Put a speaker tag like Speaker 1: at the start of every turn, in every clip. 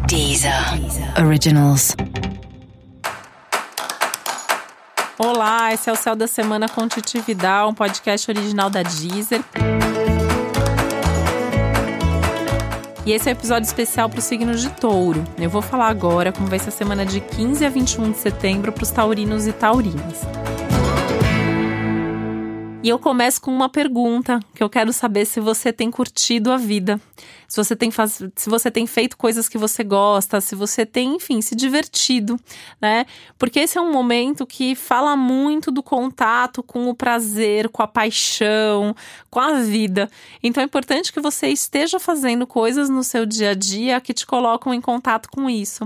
Speaker 1: Deezer Originals.
Speaker 2: Olá, esse é o Céu da Semana com Titi Vidal, um podcast original da Deezer. E esse é o um episódio especial para o signo de Touro. Eu vou falar agora como vai ser a semana de 15 a 21 de setembro para os taurinos e taurinas. E eu começo com uma pergunta, que eu quero saber se você tem curtido a vida, se você tem feito coisas que você gosta, se você tem, enfim, se divertido, né? Porque esse é um momento que fala muito do contato com o prazer, com a paixão, com a vida. Então é importante que você esteja fazendo coisas no seu dia a dia que te colocam em contato com isso.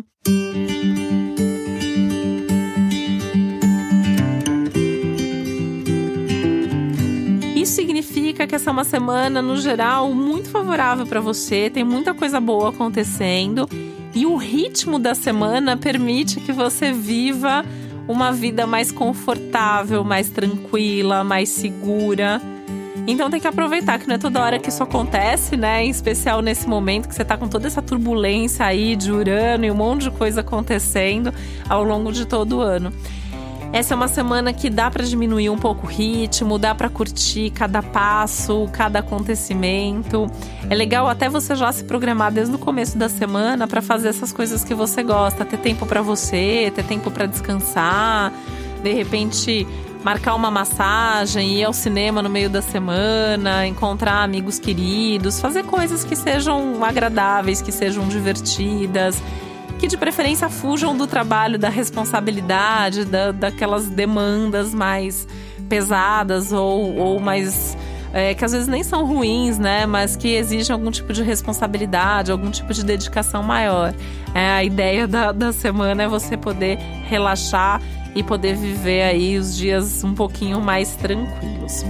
Speaker 2: Isso significa que essa é uma semana, no geral, muito favorável para você, tem muita coisa boa acontecendo e o ritmo da semana permite que você viva uma vida mais confortável, mais tranquila, mais segura. Então tem que aproveitar que não é toda hora que isso acontece, né? Em especial nesse momento que você tá com toda essa turbulência aí de Urano e um monte de coisa acontecendo ao longo de todo o ano. Essa é uma semana que dá para diminuir um pouco o ritmo, dá para curtir cada passo, cada acontecimento. É legal até você já se programar desde o começo da semana para fazer essas coisas que você gosta, ter tempo para você, ter tempo para descansar, de repente marcar uma massagem, ir ao cinema no meio da semana, encontrar amigos queridos, fazer coisas que sejam agradáveis, que sejam divertidas, que de preferência fujam do trabalho, da responsabilidade, daquelas demandas mais pesadas ou mais... que às vezes nem são ruins, né? Mas que exigem algum tipo de responsabilidade, algum tipo de dedicação maior. A ideia da semana é você poder relaxar e poder viver aí os dias um pouquinho mais tranquilos.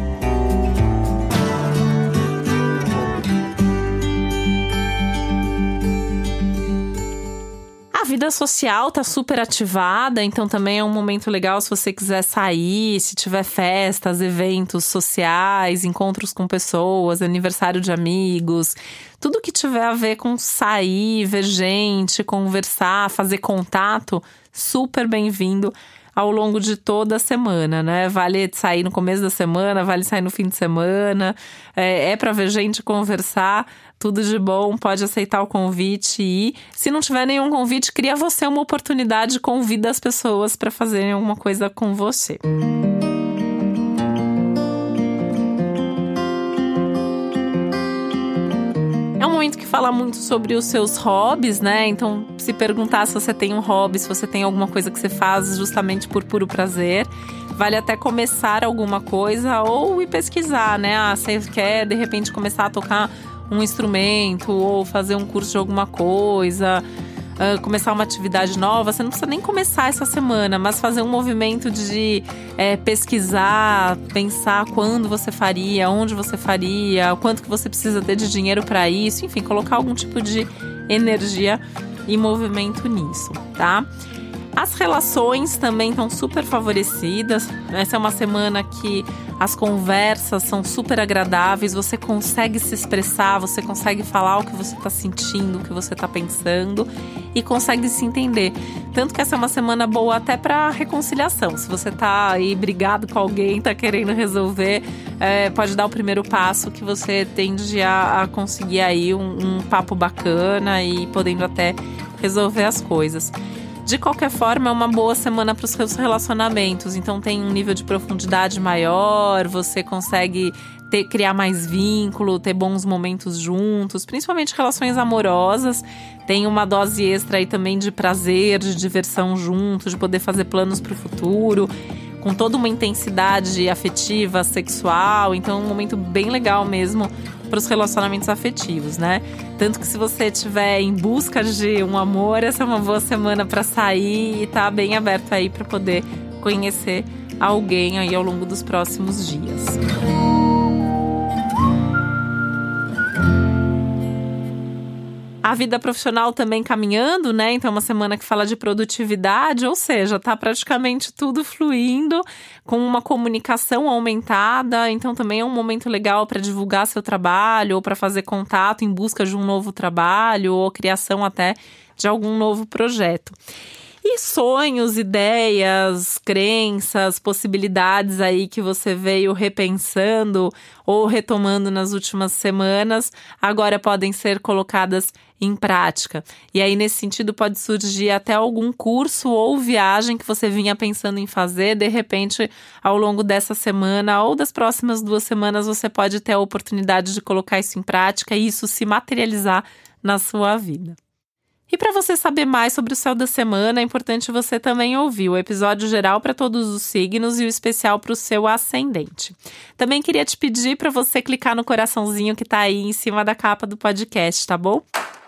Speaker 2: A vida social tá super ativada, então também é um momento legal se você quiser sair, se tiver festas, eventos sociais, encontros com pessoas, aniversário de amigos, tudo que tiver a ver com sair, ver gente, conversar, fazer contato, super bem-vindo ao longo de toda a semana, né? Vale sair no começo da semana, vale sair no fim de semana, é para ver gente, conversar, tudo de bom, pode aceitar o convite e, se não tiver nenhum convite, cria você uma oportunidade, convida as pessoas para fazerem alguma coisa com você. É um momento que fala muito sobre os seus hobbies, né? Então, se perguntar se você tem um hobby, se você tem alguma coisa que você faz justamente por puro prazer, vale até começar alguma coisa ou ir pesquisar, né? Você quer, de repente, começar a tocar um instrumento ou fazer um curso de alguma coisa, começar uma atividade nova. Você não precisa nem começar essa semana, mas fazer um movimento de pesquisar, pensar quando você faria, onde você faria, o quanto que você precisa ter de dinheiro para isso, enfim, colocar algum tipo de energia e movimento nisso, tá? As relações também estão super favorecidas. Essa é uma semana que as conversas são super agradáveis, você consegue se expressar, você consegue falar o que você está sentindo, o que você está pensando e consegue se entender. Tanto que essa é uma semana boa até para reconciliação. Se você está aí brigado com alguém, está querendo resolver, pode dar o primeiro passo que você tende a conseguir aí um papo bacana e podendo até resolver as coisas. De qualquer forma, é uma boa semana para os seus relacionamentos. Então tem um nível de profundidade maior, você consegue criar mais vínculo, ter bons momentos juntos, principalmente relações amorosas. Tem uma dose extra aí também de prazer, de diversão juntos, de poder fazer planos para o futuro, com toda uma intensidade afetiva, sexual. Então é um momento bem legal mesmo para os relacionamentos afetivos, né? Tanto que se você estiver em busca de um amor, essa é uma boa semana para sair e tá bem aberto aí para poder conhecer alguém aí ao longo dos próximos dias. A vida profissional também caminhando, né? Então, uma semana que fala de produtividade, ou seja, tá praticamente tudo fluindo, com uma comunicação aumentada. Então, também é um momento legal para divulgar seu trabalho, ou para fazer contato em busca de um novo trabalho, ou criação até de algum novo projeto. E sonhos, ideias, crenças, possibilidades aí que você veio repensando ou retomando nas últimas semanas, agora podem ser colocadas em prática. E aí, nesse sentido, pode surgir até algum curso ou viagem que você vinha pensando em fazer. De repente, ao longo dessa semana ou das próximas 2 semanas, você pode ter a oportunidade de colocar isso em prática e isso se materializar na sua vida. E para você saber mais sobre o céu da semana, é importante você também ouvir o episódio geral para todos os signos e o especial para o seu ascendente. Também queria te pedir para você clicar no coraçãozinho que está aí em cima da capa do podcast, tá bom?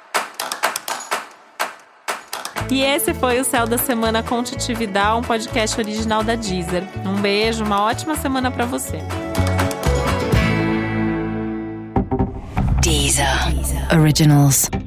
Speaker 2: E esse foi o Céu da Semana com Titi Vidal, um podcast original da Deezer. Um beijo, uma ótima semana para você.
Speaker 1: Deezer Originals.